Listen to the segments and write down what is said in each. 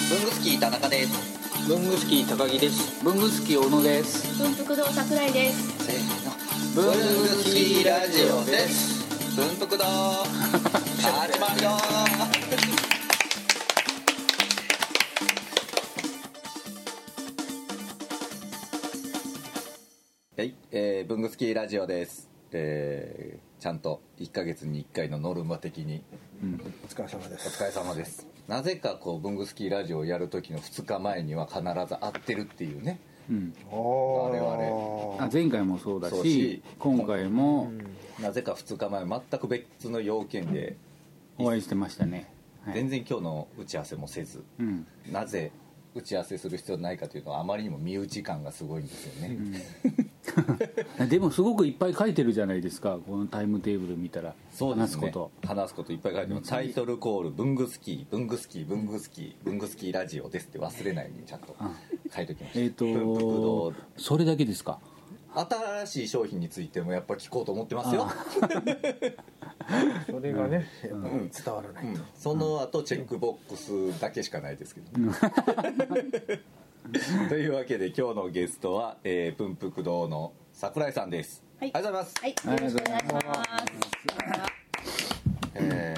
文具スキー田中です。 文具スキー高木です。文具スキー小野です。 文福堂桜井です。 せーの、 文具スキーラジオです。 文福堂始まるよはい、文具スキーラジオです。ちゃんと1ヶ月に1回のノルマ的に、 お疲れ様です。 お疲れ様です。なぜかこう文具スキーラジオをやる時の2日前には必ず会ってるっていうね、我々 前回もそうだし今回もなぜか2日前全く別の要件でお会いしてましたね、はい、 全然今日の打ち合わせもせず、なぜ打ち合わせする必要ないかというとあまりにも身内感がすごいんですよね、 でもすごくいっぱい書いてるじゃないですか、このタイムテーブル見たら。 そうですね、 話すこといっぱい書いてます。タイトルコール文具スキー文具スキー文具スキー文具スキーラジオですって忘れないようにちゃんと書いておきました。 それだけですか。 新しい商品についてもやっぱり聞こうと思ってますよ。 それがね、やっぱり伝わらないと、 その後チェックボックスだけしかないですけど、というわけで今日のゲストは、文福堂の桜井さんです、 はい、 ありがとうございます。 はい、よろしくお願いします。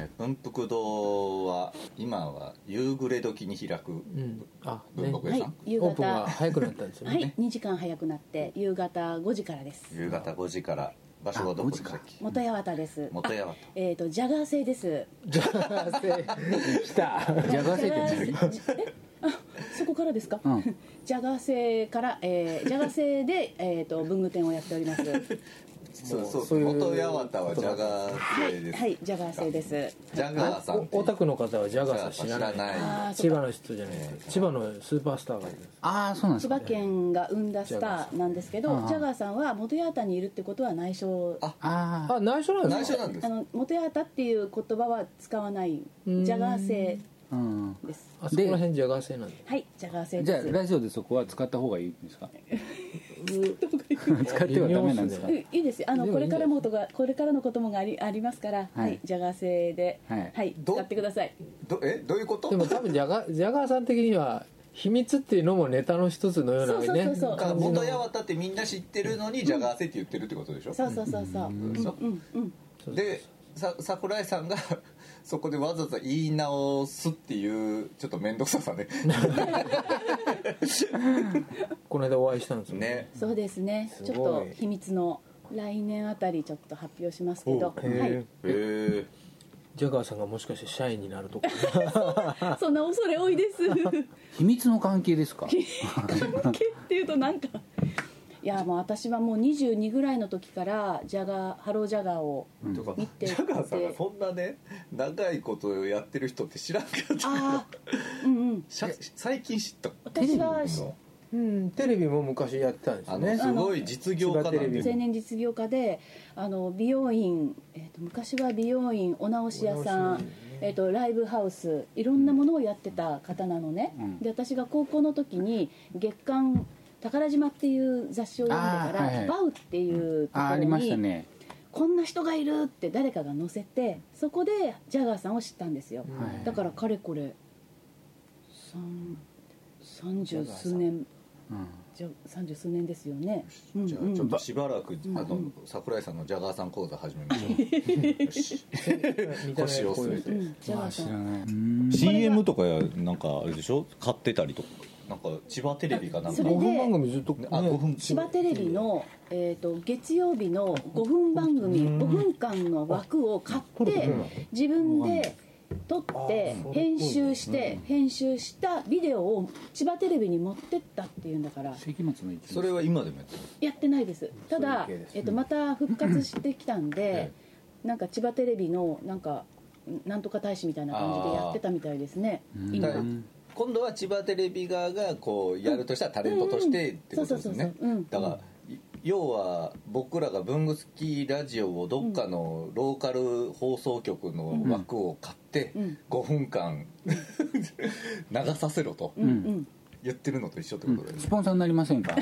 文福堂は今は夕暮れ時に開く文房具屋さん、 夕方オープンが早くなったんですよね、 はい、2時間早くなって夕方5時からです。 夕方5時から。場所はどこでしたっけ？ 元八幡です。 元八幡。 ジャガー製です。 ジャガー製来た。 ジャガー製って何？ そこからですか？ジャガー製から、ジャガー製で、文具店をやっております。 そう元八幡はジャガー製です。 はい、ジャガー製です。 ジャガーさん。 オタクの方はジャガーさん知らない。千葉の人じゃないですか。千葉のスーパースターがいる。 そうなんですか。 千葉県が生んだスターなんですけど、ジャガーさんは元八幡にいるってことは内緒。 内緒なんですか。 元八幡っていう言葉は使わないジャガー製です。 あそこら辺ジャガー製なんで。 はい、ジャガー製です。 じゃあラジオでそこは使った方がいいんですか？使ってはダメなんですか？ いいですよ。これからのこともありますから、はい、ジャガー製で、はい、使ってください。 どういうこと？ でも多分ジャガーさん的には秘密っていうのもネタの一つのようなね。 元八幡ってみんな知ってるのにジャガー製って言ってるってことでしょ？ そう。 で、桜井さんがそこでわざわざ言い直すっていうちょっと面倒くささね。 この間お会いしたんですよね。 そうですね。ちょっと秘密の来年あたりちょっと発表しますけど、はい。 ジャガーさんがもしかして社員になるとか。 そんな恐れ多いです。 秘密の関係ですか？ 関係っていうとなんか。いやもう私はもう22ぐらいの時からハロージャガーを見てて、 ジャガーさんがそんなね長いことをやってる人って知らんかった。最近知った。 私はテレビも昔やってたんですよね。 すごい実業家なんで、 青年実業家で美容院、昔は美容院、お直し屋さん、ライブハウス、いろんなものをやってた方なのね、で私が高校の時に月刊宝島っていう雑誌を読んでから、バウっていうところにこんな人がいるって誰かが載せて、そこでジャガーさんを知ったんですよ、だからかれこれ30数年、30数年ですよね。 じゃあちょっとしばらく桜井さんのジャガーさん講座始めましょう。よし、腰を据えて。 ジャガーさん CM とかなんかあれでしょ、買ってたりとか、なんか千葉テレビかなんか 5分番組ずっと、 千葉テレビの、月曜日の5分番組、5分間の枠を買って自分で撮って編集したビデオを千葉テレビに持ってったっていうんだから。 それは今でもやってないです。ただ、また復活してきたんでなんか千葉テレビのなんとか大使みたいな感じでやってたみたいですね。 今度は千葉テレビ側がこうやるとしたらタレントとしてってことですね。だから要は僕らが文具スキーラジオをどっかのローカル放送局の枠を買って5分間流させろと言ってるのと一緒ってことで、 スポンサーになりませんか？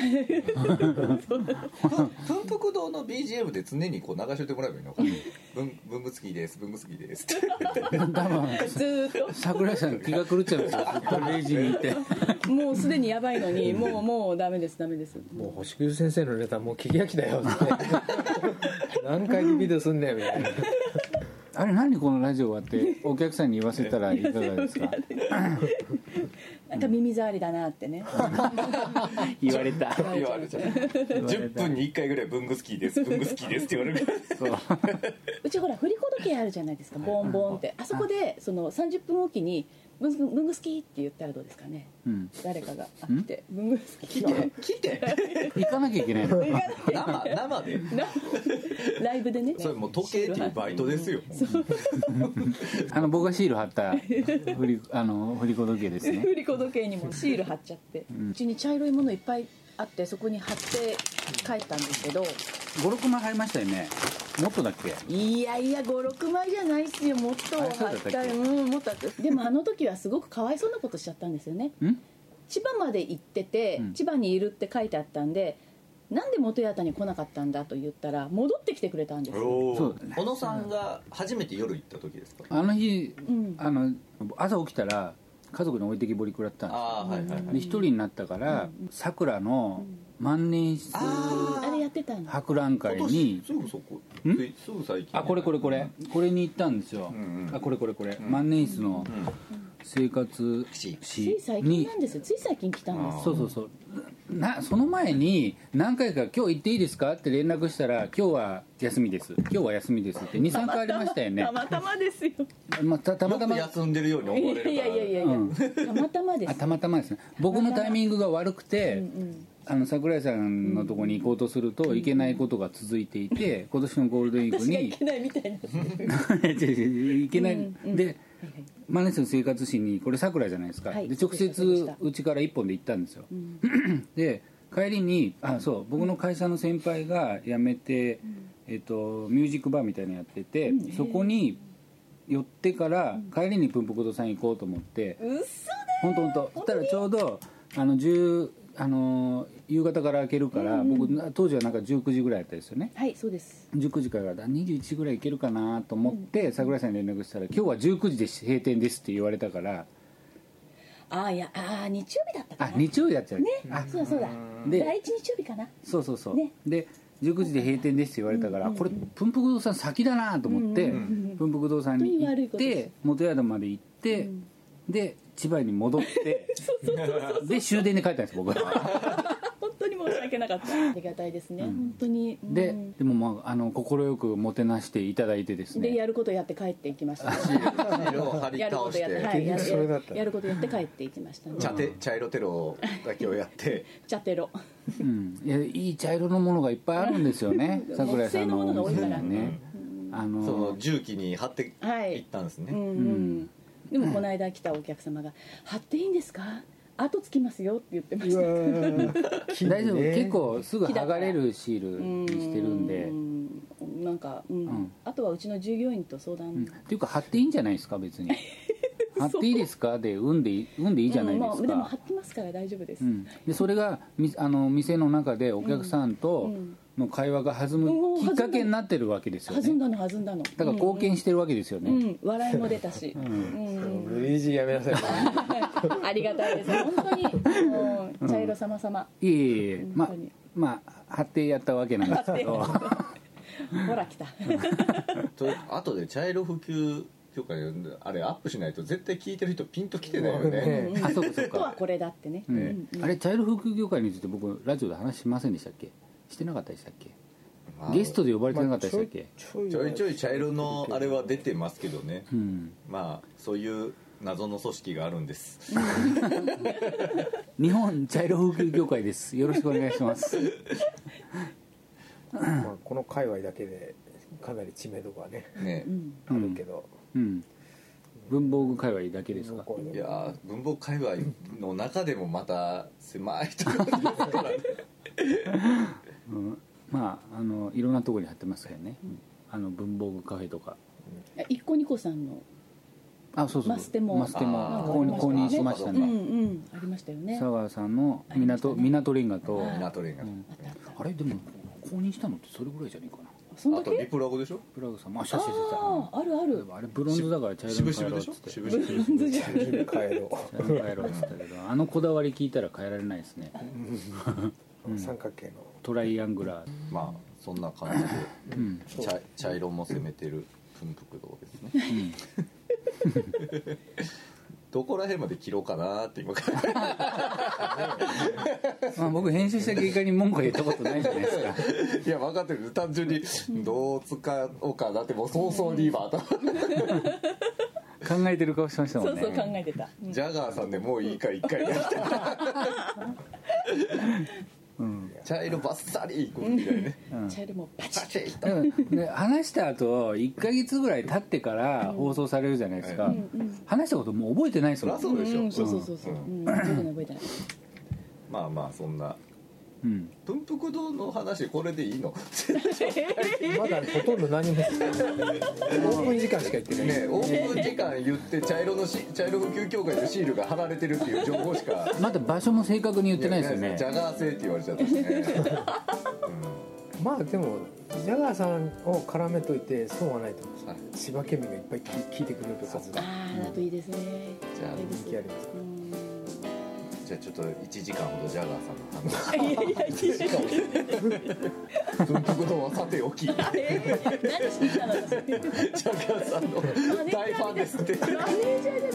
文福堂の BGM で常にこう流しといてもらえばいいのかな。文具好きです文具好きですって多分ずーっと桜井さん気が狂っちゃうんですよ。ずっとレジにいてもうすでにやばいのにもうダメです。 もう星屑先生のネタもう聞き飽きたよって何回リピートすんねんみたいな。 あれ何このラジオはってお客さんに言わせたらいかがですか？ なんか耳障りだなってね言われた言われちゃう。10分に1回ぐらい文具好きです文具好きですって言われるそううちほら振り子時計あるじゃないですか、ボンボンってあそこでその30分おきに文具好きって言ったらどうですかね、誰かが会って文具好き来て行かなきゃいけないの生でライブでね。 それもう時計っていうバイトですよ。 僕がシール貼った振り子時計ですね。 振り子時計にもシール貼っちゃって、うちに茶色いものいっぱいあってそこに貼って帰ったんですけど、 5,6 枚貼りましたよね。もっとだっけ？ いや5,6枚じゃないっすよ。もっと貼ったもっとあった。でもあの時はすごくかわいそうなことしちゃったんですよね。千葉まで行ってて、千葉にいるって書いてあったんで、なんで元八幡に来なかったんだと言ったら戻ってきてくれたんですよ。 小野さんが初めて夜行った時ですか？ あの日、朝起きたら家族に置いてきぼり食らったんですよ。で一人になったからさくらの万年筆あれやってたの博覧会にすぐそこすぐ最近これに行ったんですよ。これ万年筆の生活つい最近なんですよ。つい最近来たんです。 そうその前に何回か今日行っていいですかって連絡したら今日は休みですって 2,3 回ありましたよね。 たまたまですよ。 たまたま休んでるように思われるから。 いや、たまたまです。 たまたまですね。僕のタイミングが悪くて、桜井さんのところに行こうとするといけないことが続いていて、今年のゴールデンウィークに私がいけないみたいないけないで万年筆の生活誌にこれ桜井じゃないですか、で直接うちから1本で行ったんですよ、で帰りに僕の会社の先輩が辞めて、ミュージックバーみたいなのやってて、そこに寄ってから帰りに文福堂さん行こうと思って、本当そしたらちょうど夕方から開けるから、僕当時はなんか19時ぐらいだったですよね。 はい、そうです。 19時から21時ぐらい行けるかなと思って、桜井さんに連絡したら今日は19時で閉店ですって言われたから、 日曜日だったかな。 日曜日だったよね。 そうだで第一日曜日かな。 そう、で19時で閉店ですって言われたから、これ文福堂さん先だなと思って、文福堂さんに行って元宿まで行って、で千葉に戻ってで終電で帰ったんです僕は。 本当に申し訳なかった。ありがたいですね、本当に。 でも快くもてなしていただいてですね、 でやることやって帰っていきました。やることやって帰っていきましたね。 茶色テロだけをやって茶テロ、 いい茶色のものがいっぱいあるんですよね。桜井さんのお店にね、 その重機に貼っていったんですね。 でもこの間来たお客様が「貼っていいんですか？後つきますよ」って言ってました。 大丈夫、結構すぐ剥がれるシールにしてるんで、 なんか、あとはうちの従業員と相談、 っていうか貼っていいんじゃないですか別に。貼っていいですかで産んでいいじゃないですか。 でも貼ってますから大丈夫です。 でそれが店の中でお客さんとの会話が弾むきっかけになってるわけですよね。 弾んだのだから貢献してるわけですよね。 笑いも出たし、 無理強いやめなさい。 ありがたいです本当に。茶色様様。 いえまあ貼ってやったわけなんですけど。 ほら来た。 あとで茶色普及協会あれアップしないと絶対聞いてる人ピンときてないよね。 そうか。とはこれだってね。 あれ茶色普及協会について僕ラジオで話しませんでしたっけ？してなかったでしたっけ？ゲストで呼ばれてなかったでしたっけ？ ちょいちょい茶色のあれは出てますけどね。まあそういう謎の組織があるんです。 日本茶色普及協会です。よろしくお願いします。 この界隈だけでかなり知名度がねあるけど、 文房具界隈だけですか？ いや文房具界隈の中でもまた狭いところですからね。 いろんなところに貼ってますよね。文房具カフェとか。 一個二個さんのそうマステも公認しましたね。 ありましたよね。 佐川さんの港レンガと、あれでも公認したのってそれぐらいじゃねえかな。 あとリプラグでしょ。 プラグさん、写真してた。 あるある。 あれブロンズだから茶色に変えろっつって。 ブロンズじゃ変えろっつったけど、あのこだわり聞いたら変えられないですね。 三角形のトライアングラー。 まあそんな感じで茶色も攻めてる奮腹道ですね。どこら辺まで切ろうかなって今から僕編集した結果に文句は言ったことないじゃないですか。 いや分かってる、単純にどう使おうかなってもう早々に今考えてる顔してましたもんね。 そう考えてた、 ジャガーさんでもういいか一回やった茶色バッサリいくみたいね、 茶色もバチッと話した後1ヶ月ぐらい経ってから放送されるじゃないですか。話したこともう覚えてないですもん。 そうでしょ。 そう覚えてない。 まあまあそんな文福堂の話これでいいの？ まだほとんど何もオープン時間しか言ってないね。オープン時間言って茶色普及協会のシールが貼られてるっていう情報しかまだ場所も正確に言ってないですよね。 ジャガー製って言われちゃったしね。 まあでもジャガーさんを絡めといて損はないと思います。千葉県民がいっぱい聞いてくれるはずだ。 だといいですね。 じゃあ人気あります。 じゃあちょっと1時間ほどジャガーさんの話。 いや1時間。 文福堂はさておき。 何しに来たの？ ジャガーさんの大ファンですって。 マネージャーじゃ